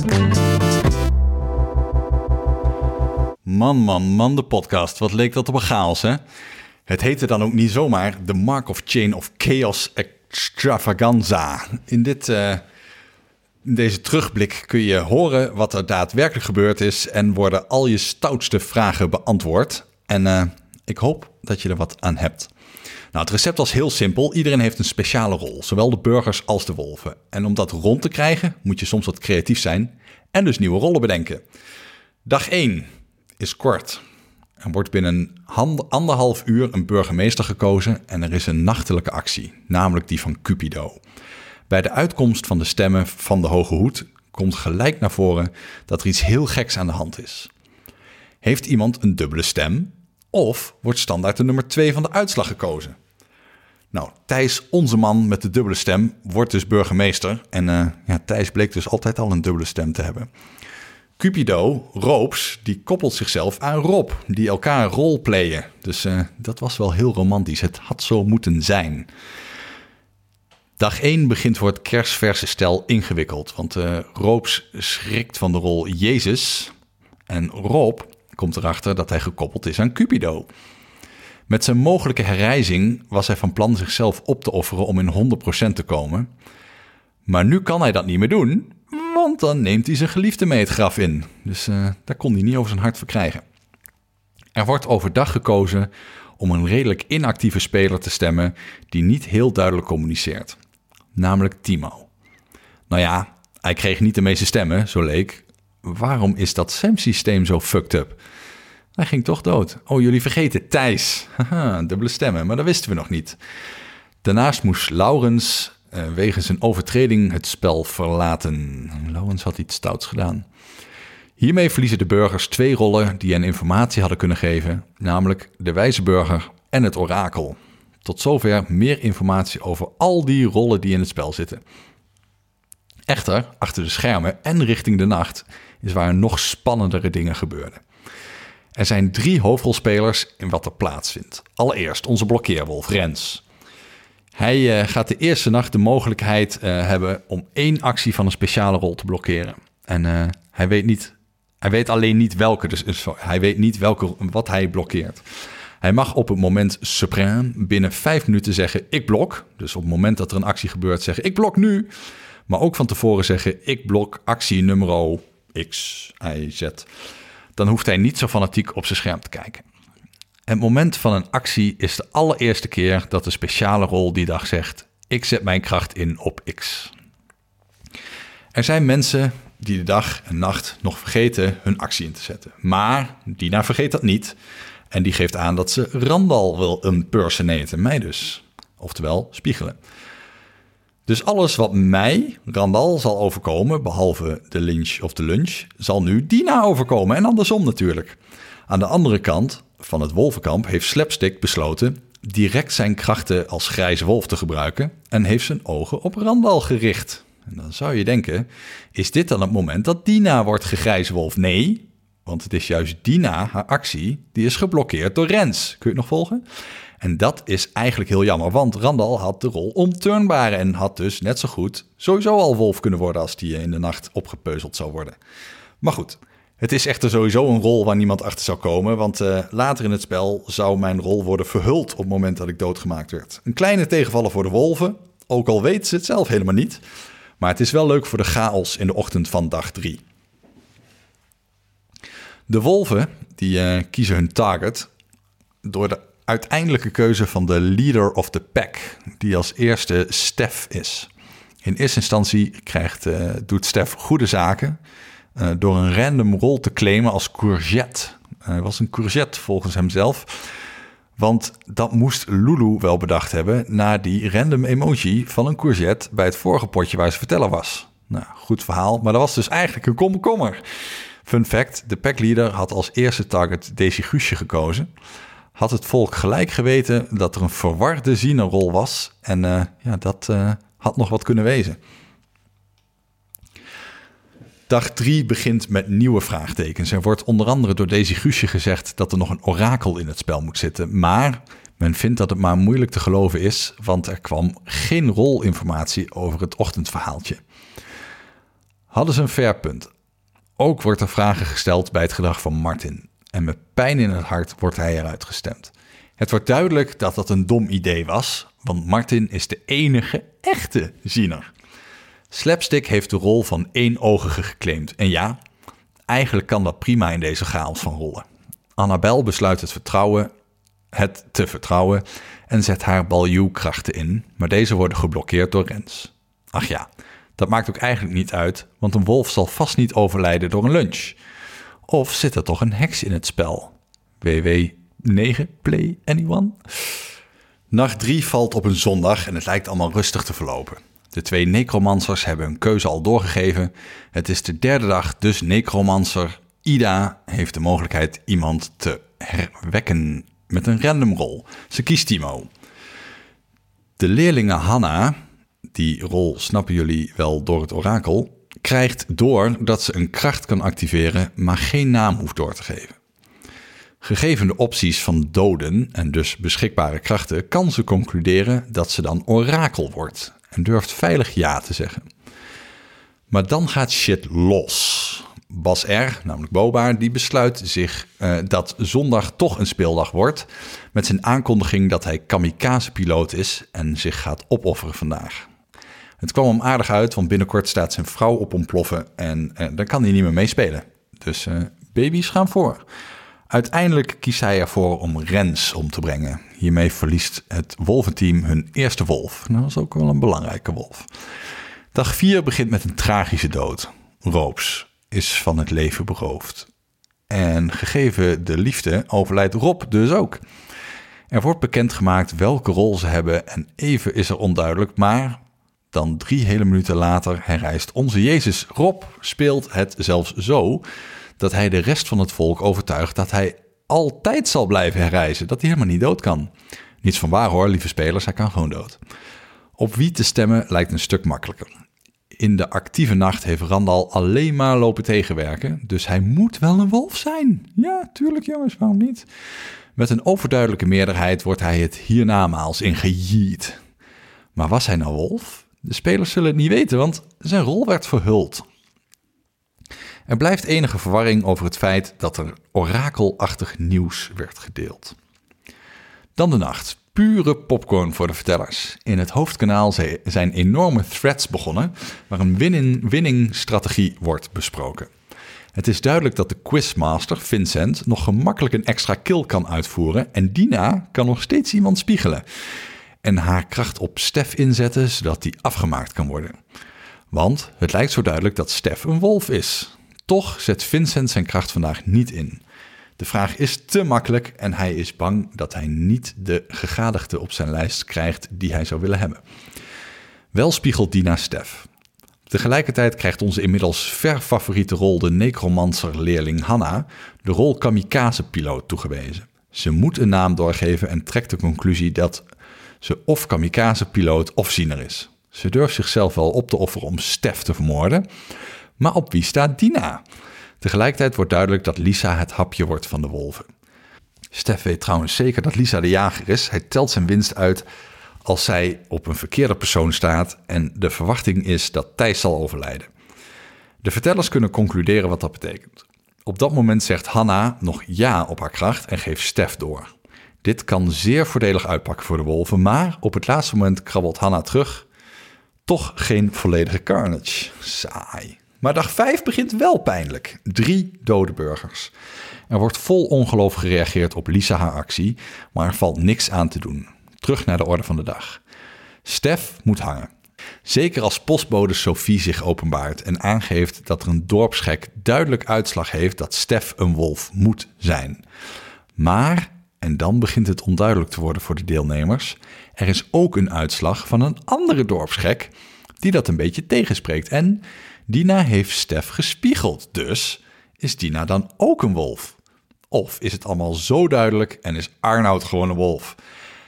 Man, de podcast. Wat leek dat op een chaos, hè? Het heette dan ook niet zomaar The Markov Chain of Chaos Extravaganza. In deze terugblik kun je horen wat er daadwerkelijk gebeurd is en worden al je stoutste vragen beantwoord. En ik hoop dat je er wat aan hebt. Nou, het recept was heel simpel. Iedereen heeft een speciale rol, zowel de burgers als de wolven. En om dat rond te krijgen moet je soms wat creatief zijn en dus nieuwe rollen bedenken. Dag 1 is kort. Er wordt binnen 1,5 uur een burgemeester gekozen en er is een nachtelijke actie, namelijk die van Cupido. Bij de uitkomst van de stemmen van de Hoge Hoed komt gelijk naar voren dat er iets heel geks aan de hand is. Heeft iemand een dubbele stem of wordt standaard de nummer 2 van de uitslag gekozen? Nou, Thijs, onze man met de dubbele stem, wordt dus burgemeester. En Thijs bleek dus altijd al een dubbele stem te hebben. Cupido, Roops, die koppelt zichzelf aan Rob, die elkaar roleplayen. Dus dat was wel heel romantisch. Het had zo moeten zijn. Dag 1 begint voor het kersverse stel ingewikkeld. Want Roops schrikt van de rol Jezus. En Rob komt erachter dat hij gekoppeld is aan Cupido. Met zijn mogelijke herrijzing was hij van plan zichzelf op te offeren om in 100% te komen. Maar nu kan hij dat niet meer doen, want dan neemt hij zijn geliefde mee het graf in. Dus daar kon hij niet over zijn hart verkrijgen. Er wordt overdag gekozen om een redelijk inactieve speler te stemmen die niet heel duidelijk communiceert. Namelijk Timo. Nou ja, hij kreeg niet de meeste stemmen, zo leek. Waarom is dat SEM-systeem zo fucked up? Hij ging toch dood. Oh, jullie vergeten, Thijs. Haha, dubbele stemmen, maar dat wisten we nog niet. Daarnaast moest Laurens wegens een overtreding het spel verlaten. Laurens had iets stouts gedaan. Hiermee verliezen de burgers 2 rollen die hen informatie hadden kunnen geven, namelijk de wijze burger en het orakel. Tot zover meer informatie over al die rollen die in het spel zitten. Echter, achter de schermen en richting de nacht is waar nog spannendere dingen gebeurden. Er zijn 3 hoofdrolspelers in wat er plaatsvindt. Allereerst onze blokkeerwolf Rens. Hij gaat de eerste nacht de mogelijkheid hebben om 1 actie van een speciale rol te blokkeren. En hij weet alleen niet welke, dus hij weet niet wat hij blokkeert. Hij mag op het moment suprême binnen 5 minuten zeggen ik blok. Dus op het moment dat er een actie gebeurt zeggen ik blok nu. Maar ook van tevoren zeggen ik blok actie nummer X, Y, Z. Dan hoeft hij niet zo fanatiek op zijn scherm te kijken. Het moment van een actie is de allereerste keer dat de speciale rol die dag zegt ik zet mijn kracht in op X. Er zijn mensen die de dag en nacht nog vergeten hun actie in te zetten. Maar Dina vergeet dat niet. En die geeft aan dat ze Randal wil impersonaten, mij dus. Oftewel, spiegelen. Dus alles wat mij, Randal, zal overkomen, behalve de lynch of de lunch, zal nu Dina overkomen. En andersom natuurlijk. Aan de andere kant van het wolvenkamp heeft Slapstick besloten direct zijn krachten als grijze wolf te gebruiken en heeft zijn ogen op Randal gericht. En dan zou je denken, is dit dan het moment dat Dina wordt gegrijze wolf? Nee, want het is juist Dina, haar actie, die is geblokkeerd door Rens. Kun je het nog volgen? En dat is eigenlijk heel jammer, want Randal had de rol omturnbaar en had dus net zo goed sowieso al wolf kunnen worden als die in de nacht opgepeuzeld zou worden. Maar goed, het is echter sowieso een rol waar niemand achter zou komen, want later in het spel zou mijn rol worden verhuld op het moment dat ik doodgemaakt werd. Een kleine tegenvaller voor de wolven, ook al weten ze het zelf helemaal niet, maar het is wel leuk voor de chaos in de ochtend van dag 3. De wolven die kiezen hun target door de uiteindelijke keuze van de leader of the pack, die als eerste Stef is. In eerste instantie doet Stef goede zaken door een random rol te claimen als courgette. Hij was een courgette volgens hemzelf, want dat moest Lulu wel bedacht hebben na die random emoji van een courgette bij het vorige potje waar ze verteller was. Nou, goed verhaal, maar dat was dus eigenlijk een komkommer. Fun fact, de packleader had als eerste target Daisy Guusje gekozen. Had het volk gelijk geweten dat er een verwarde zienerrol was. En dat had nog wat kunnen wezen. Dag 3 begint met nieuwe vraagtekens. Er wordt onder andere door Daisy Guusje gezegd dat er nog een orakel in het spel moet zitten. Maar men vindt dat het maar moeilijk te geloven is, want er kwam geen rolinformatie over het ochtendverhaaltje. Hadden ze een fair punt. Ook wordt er vragen gesteld bij het gedrag van Martin. En met pijn in het hart wordt hij eruit gestemd. Het wordt duidelijk dat dat een dom idee was, want Martin is de enige echte ziener. Slapstick heeft de rol van éénogige geclaimd. En ja, eigenlijk kan dat prima in deze chaos van rollen. Annabel besluit het te vertrouwen en zet haar baljuwkrachten in, maar deze worden geblokkeerd door Rens. Ach ja, dat maakt ook eigenlijk niet uit, want een wolf zal vast niet overlijden door een lunch. Of zit er toch een heks in het spel? WW9, play anyone? Nacht 3 valt op een zondag en het lijkt allemaal rustig te verlopen. De 2 necromancers hebben hun keuze al doorgegeven. Het is de derde dag, dus necromancer Ida heeft de mogelijkheid iemand te herwekken met een random rol. Ze kiest Timo. De leerlinge Hanna, die rol snappen jullie wel door het orakel, krijgt door dat ze een kracht kan activeren, maar geen naam hoeft door te geven. Gegeven de opties van doden en dus beschikbare krachten, kan ze concluderen dat ze dan orakel wordt en durft veilig ja te zeggen. Maar dan gaat shit los. Bas R., namelijk Boba, die besluit zich dat zondag toch een speeldag wordt, met zijn aankondiging dat hij kamikaze-piloot is en zich gaat opofferen vandaag. Het kwam hem aardig uit, want binnenkort staat zijn vrouw op ontploffen en dan kan hij niet meer meespelen. Dus baby's gaan voor. Uiteindelijk kiest hij ervoor om Rens om te brengen. Hiermee verliest het wolventeam hun eerste wolf. Dat was ook wel een belangrijke wolf. Dag 4 begint met een tragische dood. Roops is van het leven beroofd. En gegeven de liefde overlijdt Rob dus ook. Er wordt bekendgemaakt welke rol ze hebben en even is er onduidelijk, maar dan 3 hele minuten later herrijst onze Jezus. Rob speelt het zelfs zo dat hij de rest van het volk overtuigt dat hij altijd zal blijven herreizen, dat hij helemaal niet dood kan. Niets van waar hoor, lieve spelers, hij kan gewoon dood. Op wie te stemmen lijkt een stuk makkelijker. In de actieve nacht heeft Randall alleen maar lopen tegenwerken, dus hij moet wel een wolf zijn. Ja, tuurlijk jongens, waarom niet? Met een overduidelijke meerderheid wordt hij het hiernamaals ingejiet. Maar was hij nou wolf? De spelers zullen het niet weten, want zijn rol werd verhuld. Er blijft enige verwarring over het feit dat er orakelachtig nieuws werd gedeeld. Dan de nacht. Pure popcorn voor de vertellers. In het hoofdkanaal zijn enorme threads begonnen, waar een winning strategie wordt besproken. Het is duidelijk dat de quizmaster, Vincent, nog gemakkelijk een extra kill kan uitvoeren en Dina kan nog steeds iemand spiegelen en haar kracht op Stef inzetten, zodat die afgemaakt kan worden. Want het lijkt zo duidelijk dat Stef een wolf is. Toch zet Vincent zijn kracht vandaag niet in. De vraag is te makkelijk en hij is bang dat hij niet de gegadigde op zijn lijst krijgt die hij zou willen hebben. Wel spiegelt Dina Stef. Tegelijkertijd krijgt onze inmiddels ver favoriete rol de necromancer-leerling Hanna de rol kamikaze-piloot toegewezen. Ze moet een naam doorgeven en trekt de conclusie dat ze of kamikaze-piloot of ziener is. Ze durft zichzelf wel op te offeren om Stef te vermoorden, maar op wie staat Dina? Tegelijkertijd wordt duidelijk dat Lisa het hapje wordt van de wolven. Stef weet trouwens zeker dat Lisa de jager is. Hij telt zijn winst uit als zij op een verkeerde persoon staat en de verwachting is dat Thijs zal overlijden. De vertellers kunnen concluderen wat dat betekent. Op dat moment zegt Hanna nog ja op haar kracht en geeft Stef door. Dit kan zeer voordelig uitpakken voor de wolven, maar op het laatste moment krabbelt Hanna terug. Toch geen volledige carnage. Saai. Maar dag 5 begint wel pijnlijk. 3 dode burgers. Er wordt vol ongeloof gereageerd op Lisa haar actie, maar er valt niks aan te doen. Terug naar de orde van de dag. Stef moet hangen. Zeker als postbode Sophie zich openbaart en aangeeft dat er een dorpsgek duidelijk uitslag heeft dat Stef een wolf moet zijn. Maar, en dan begint het onduidelijk te worden voor de deelnemers, er is ook een uitslag van een andere dorpsgek die dat een beetje tegenspreekt. En Dina heeft Stef gespiegeld, dus is Dina dan ook een wolf? Of is het allemaal zo duidelijk en is Arnoud gewoon een wolf?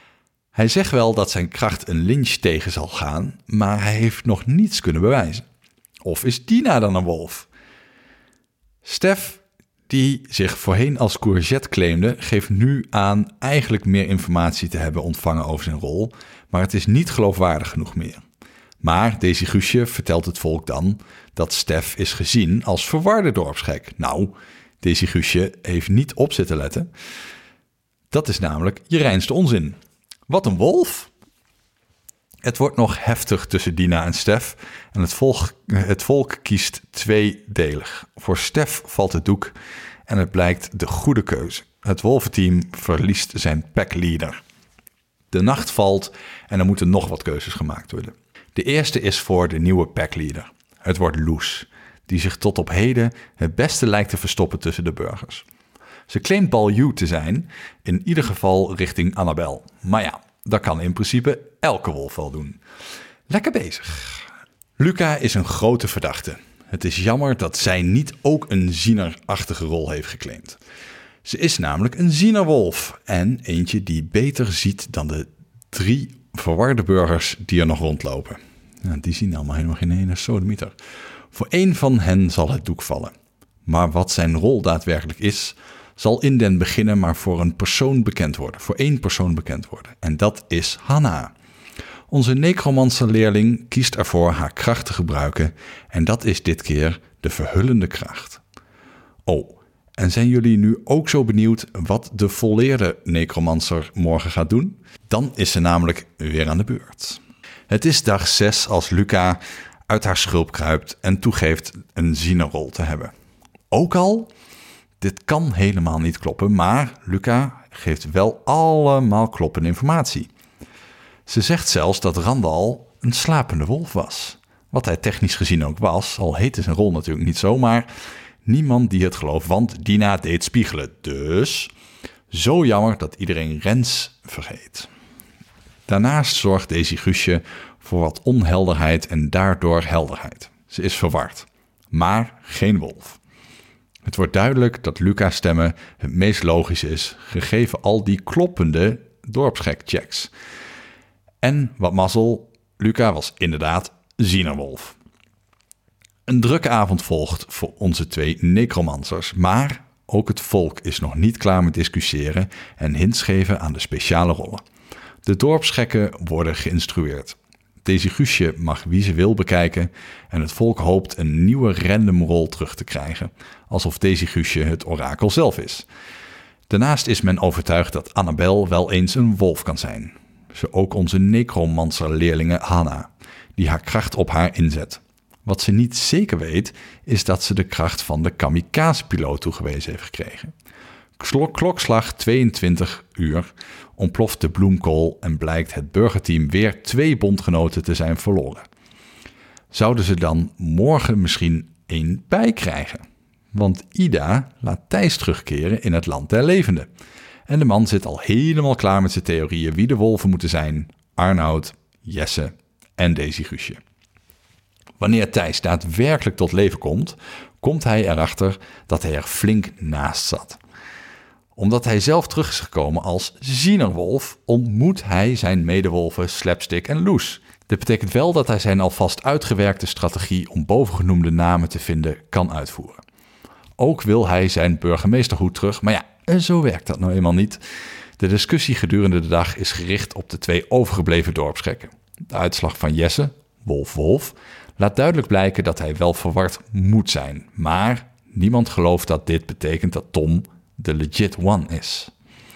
Hij zegt wel dat zijn kracht een lynch tegen zal gaan, maar hij heeft nog niets kunnen bewijzen. Of is Dina dan een wolf? Stef, die zich voorheen als courgette claimde, geeft nu aan eigenlijk meer informatie te hebben ontvangen over zijn rol, maar het is niet geloofwaardig genoeg meer. Maar Daisy Guusje vertelt het volk dan dat Stef is gezien als verwarde dorpsgek. Nou, Daisy Guusje heeft niet op zitten letten. Dat is namelijk je reinste onzin. Wat een wolf! Het wordt nog heftig tussen Dina en Stef en het volk kiest tweedelig. Voor Stef valt het doek en het blijkt de goede keuze. Het wolventeam verliest zijn packleader. De nacht valt en er moeten nog wat keuzes gemaakt worden. De eerste is voor de nieuwe packleader. Het wordt Loes, die zich tot op heden het beste lijkt te verstoppen tussen de burgers. Ze claimt Baljuw te zijn, in ieder geval richting Annabel. Maar ja, dat kan in principe elke wolf wel doen. Lekker bezig. Luca is een grote verdachte. Het is jammer dat zij niet ook een zienerachtige rol heeft geclaimd. Ze is namelijk een zienerwolf en eentje die beter ziet dan de 3 verwarde burgers die er nog rondlopen. Nou, die zien allemaal helemaal geen ene sodemieter. Voor 1 van hen zal het doek vallen. Maar wat zijn rol daadwerkelijk is, zal in den beginnen maar voor 1 persoon bekend worden. En dat is Hanna. Onze necromancer-leerling kiest ervoor haar kracht te gebruiken en dat is dit keer de verhullende kracht. Oh, en zijn jullie nu ook zo benieuwd wat de volleerde necromancer morgen gaat doen? Dan is ze namelijk weer aan de beurt. Het is dag 6 als Luca uit haar schulp kruipt en toegeeft een zienerrol te hebben. Ook al? Dit kan helemaal niet kloppen, maar Luca geeft wel allemaal kloppende informatie. Ze zegt zelfs dat Randal een slapende wolf was. Wat hij technisch gezien ook was, al heette zijn rol natuurlijk niet zo, maar niemand die het gelooft, want Dina deed spiegelen. Dus zo jammer dat iedereen Rens vergeet. Daarnaast zorgt Daisy Guusje voor wat onhelderheid en daardoor helderheid. Ze is verward, maar geen wolf. Het wordt duidelijk dat Luca's stemmen het meest logisch is, gegeven al die kloppende dorpsgek-checks. En wat mazzel, Luca was inderdaad zienerwolf. Een drukke avond volgt voor onze 2 necromancers, maar ook het volk is nog niet klaar met discussiëren en hints geven aan de speciale rollen. De dorpsgekken worden geïnstrueerd. Daisy Guusje mag wie ze wil bekijken en het volk hoopt een nieuwe random rol terug te krijgen, alsof Daisy Guusje het orakel zelf is. Daarnaast is men overtuigd dat Annabel wel eens een wolf kan zijn. Zo ook onze necromancer-leerlinge Hanna, die haar kracht op haar inzet. Wat ze niet zeker weet, is dat ze de kracht van de kamikaze-piloot toegewezen heeft gekregen. Klokslag 22 uur ontploft de bloemkool en blijkt het burgerteam weer 2 bondgenoten te zijn verloren. Zouden ze dan morgen misschien 1 bijkrijgen? Want Ida laat Thijs terugkeren in het land der levenden. En de man zit al helemaal klaar met zijn theorieën wie de wolven moeten zijn: Arnoud, Jesse en Daisy Guusje. Wanneer Thijs daadwerkelijk tot leven komt, komt hij erachter dat hij er flink naast zat. Omdat hij zelf terug is gekomen als zienerwolf, ontmoet hij zijn medewolven Slapstick en Loes. Dit betekent wel dat hij zijn alvast uitgewerkte strategie om bovengenoemde namen te vinden kan uitvoeren. Ook wil hij zijn burgemeesterhoed terug, maar ja, zo werkt dat nou eenmaal niet. De discussie gedurende de dag is gericht op de 2 overgebleven dorpsgekken. De uitslag van Jesse, wolf, laat duidelijk blijken dat hij wel verward moet zijn. Maar niemand gelooft dat dit betekent dat Tom de legit one is.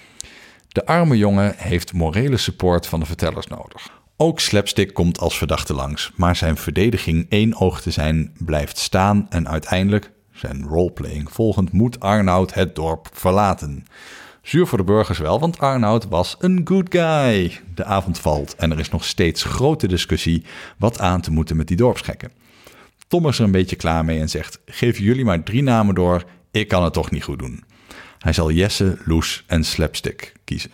De arme jongen heeft morele support van de vertellers nodig. Ook Slapstick komt als verdachte langs, maar zijn verdediging 1 oog te zijn blijft staan en uiteindelijk, zijn roleplaying volgend, moet Arnoud het dorp verlaten. Zuur voor de burgers wel, want Arnoud was een good guy. De avond valt en er is nog steeds grote discussie wat aan te moeten met die dorpsgekken. Tom is er een beetje klaar mee en zegt: geef jullie maar 3 namen door, ik kan het toch niet goed doen. Hij zal Jesse, Loes en Slapstick kiezen.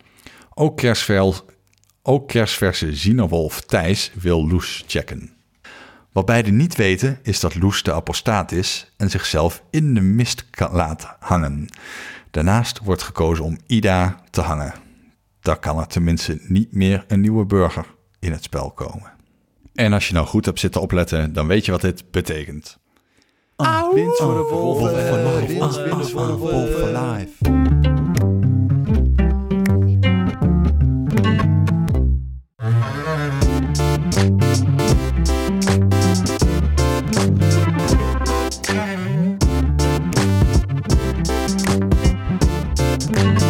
Ook kerstverse zienerwolf Thijs wil Loes checken. Wat beiden niet weten is dat Loes de apostaat is en zichzelf in de mist kan laten hangen. Daarnaast wordt gekozen om Ida te hangen. Dan kan er tenminste niet meer een nieuwe burger in het spel komen. En als je nou goed hebt zitten opletten, dan weet je wat dit betekent. Winst voor de wolven. Winst voor de wolven live. Podcast.